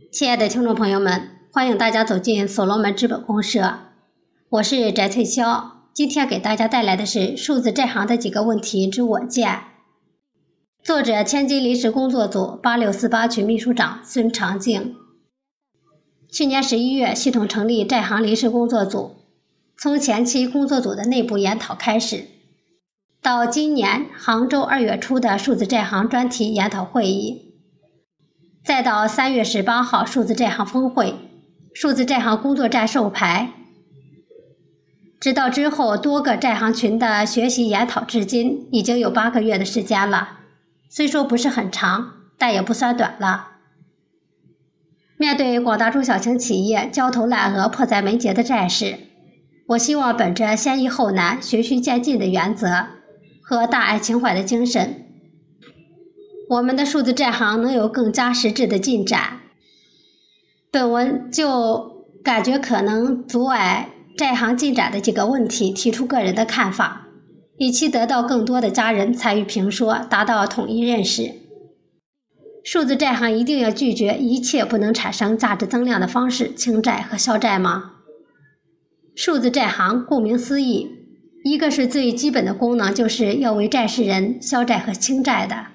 亲爱的听众朋友们，欢迎大家走进所罗门资本公社，我是翟翠霄。今天给大家带来的是数字债行的几个问题之我见。作者千金临时工作组8648区秘书长孙长静。去年11月系统成立债行临时工作组，从前期工作组的内部研讨开始，到今年杭州2月初的数字债行专题研讨会议，再到3月18号数字债行峰会，数字债行工作站授牌，直到之后多个债行群的学习研讨，至今已经有8个月的时间了。虽说不是很长，但也不算短了。面对广大中小型企业焦头烂额、迫在眉睫的债市，我希望本着先易后难、循序渐进的原则和大爱情怀的精神，我们的数字债行能有更加实质的进展。本文就感觉可能阻碍债行进展的几个问题提出个人的看法，以期得到更多的家人参与评说，达到统一认识。数字债行一定要拒绝一切不能产生价值增量的方式清债和销债吗？数字债行顾名思义，一个是最基本的功能，就是要为债市人销债和清债的。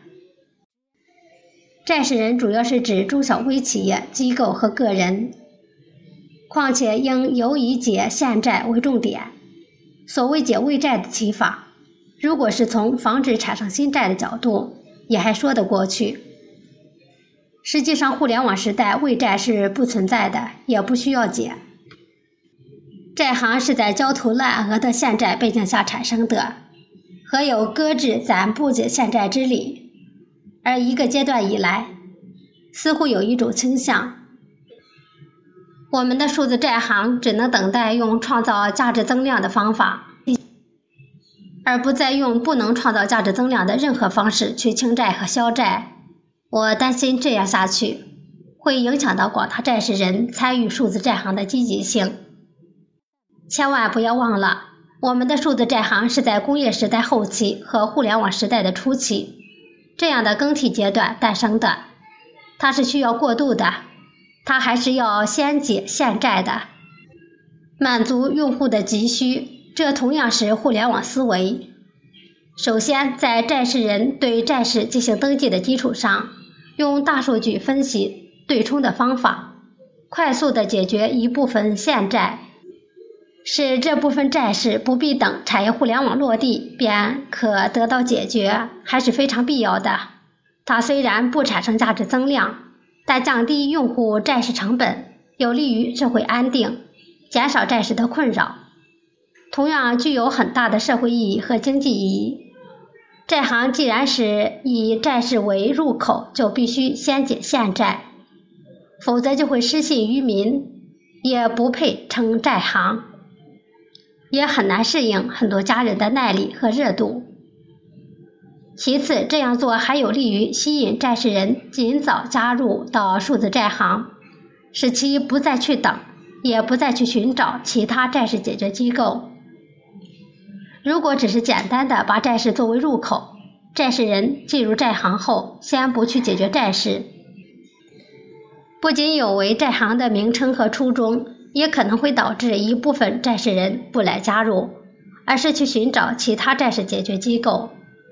债市人主要是指中小微企业、机构和个人，况且应以解现债为重点。所谓解微债的提法，如果是从防止产生新债的角度，也还说得过去。实际上互联网时代微债是不存在的，也不需要解。债行是在焦头烂额的现债背景下产生的，何有搁置暂不解现债之理？而一个阶段以来，似乎有一种倾向，我们的数字债行只能等待用创造价值增量的方法，而不再用不能创造价值增量的任何方式去清债和销债。我担心这样下去会影响到广大债市人参与数字债行的积极性。千万不要忘了，我们的数字债行是在工业时代后期和互联网时代的初期这样的更替阶段诞生的，它是需要过渡的，它还是要先解现债的，满足用户的急需，这同样是互联网思维。首先，在债市人对债市进行登记的基础上，用大数据分析对冲的方法，快速地解决一部分现债，使这部分债市不必等产业互联网落地便可得到解决，还是非常必要的。它虽然不产生价值增量，但降低用户债市成本，有利于社会安定，减少债市的困扰，同样具有很大的社会意义和经济意义。债行既然是以债市为入口，就必须先解现债，否则就会失信于民，也不配称债行，也很难适应很多家人的耐力和热度。其次，这样做还有利于吸引债市人尽早加入到数字债行，使其不再去等，也不再去寻找其他债市解决机构。如果只是简单的把债市作为入口，债市人进入债行后先不去解决债市，不仅有违债行的名称和初衷，也可能会导致一部分债市人不来加入，而是去寻找其他债市解决机构。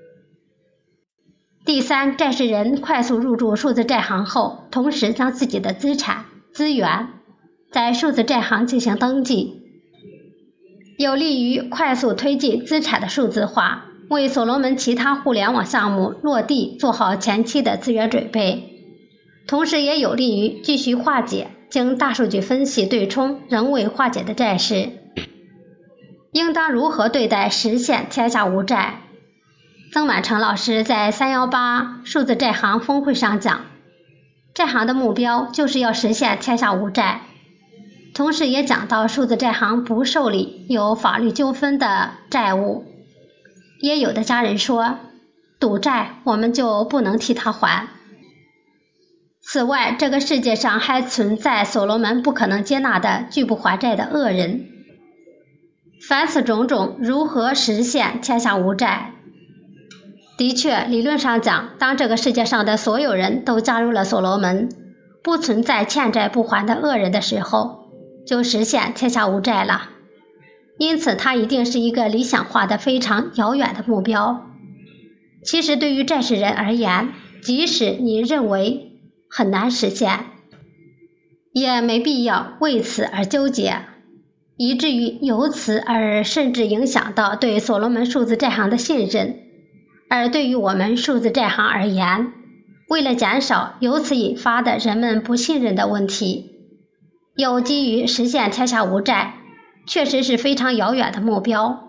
第三，债市人快速入驻数字债行后，同时将自己的资产、资源在数字债行进行登记，有利于快速推进资产的数字化，为所罗门其他互联网项目落地做好前期的资源准备，同时也有利于继续化解经大数据分析对冲仍未化解的债市。应当如何对待实现天下无债？曾满成老师在318数字债行峰会上讲，债行的目标就是要实现天下无债，同时也讲到数字债行不受理有法律纠纷的债务。也有的家人说，赌债我们就不能替他还。此外，这个世界上还存在所罗门不可能接纳的拒不还债的恶人。凡此种种，如何实现天下无债？的确，理论上讲，当这个世界上的所有人都加入了所罗门， 不存在欠债不还的恶人的时候，就实现天下无债了。因此它一定是一个理想化的非常遥远的目标。其实对于债事人而言，即使你认为很难实现，也没必要为此而纠结，以至于由此而甚至影响到对所罗门数字债行的信任。而对于我们数字债行而言，为了减少由此引发的人们不信任的问题，有基于实现天下无债确实是非常遥远的目标。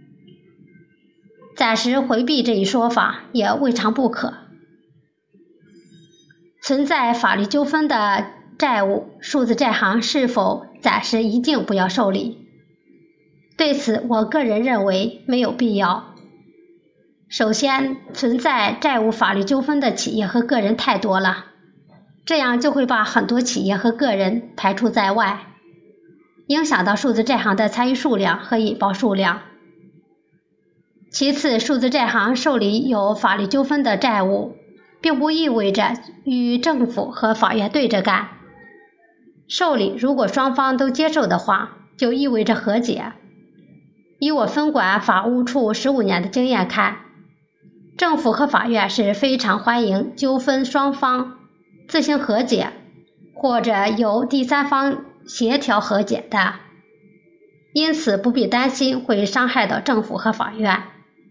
暂时回避这一说法也未尝不可。存在法律纠纷的债务，数字债行是否暂时一定不要受理？对此，我个人认为没有必要。首先，存在债务法律纠纷的企业和个人太多了，这样就会把很多企业和个人排除在外，影响到数字债行的参与数量和引爆数量。其次，数字债行受理有法律纠纷的债务，并不意味着与政府和法院对着干。受理如果双方都接受的话，就意味着和解。以我分管法务处15年的经验看，政府和法院是非常欢迎纠纷双方自行和解，或者由第三方协调和解的，因此不必担心会伤害到政府和法院。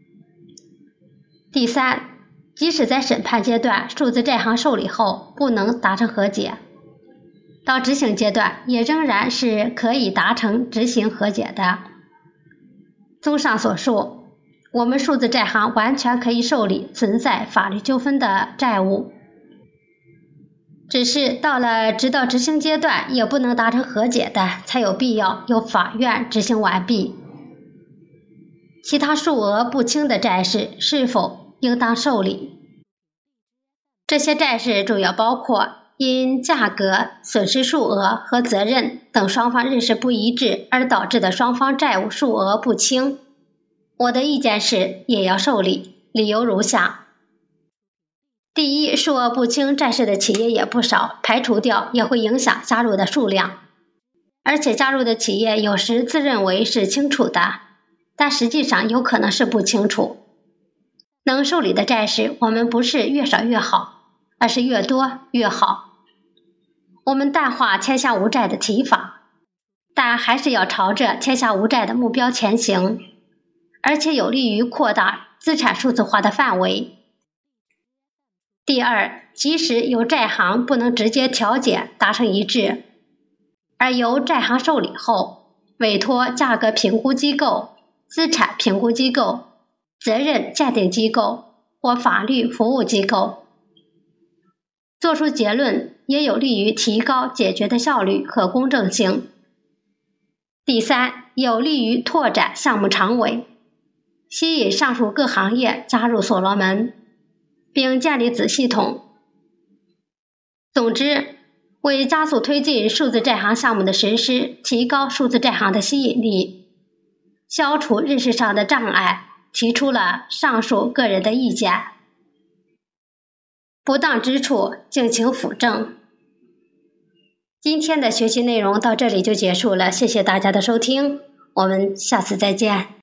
第三，即使在审判阶段数字债行受理后不能达成和解，到执行阶段也仍然是可以达成执行和解的。综上所述，我们数字债行完全可以受理存在法律纠纷的债务，只是到了直到执行阶段也不能达成和解的，才有必要由法院执行完毕。其他数额不清的债事是否应当受理？这些债事主要包括因价格、损失数额和责任等双方认识不一致而导致的双方债务数额不清。我的意见是也要受理，理由如下。第一，数额不清债事的企业也不少，排除掉也会影响加入的数量，而且加入的企业有时自认为是清楚的，但实际上有可能是不清楚。能受理的债事，我们不是越少越好，而是越多越好。我们淡化天下无债的提法，但还是要朝着天下无债的目标前行，而且有利于扩大资产数字化的范围。第二，即使有债行不能直接调解达成一致，而由债行受理后，委托价格评估机构、资产评估机构、责任鉴定机构或法律服务机构做出结论，也有利于提高解决的效率和公正性。第三，有利于拓展项目长尾，吸引上述各行业加入所罗门，并建立子系统。总之，为加速推进数字债行项目的实施，提高数字债行的吸引力，消除认识上的障碍，提出了上述个人的意见。不当之处，敬请辅正。今天的学习内容到这里就结束了，谢谢大家的收听，我们下次再见。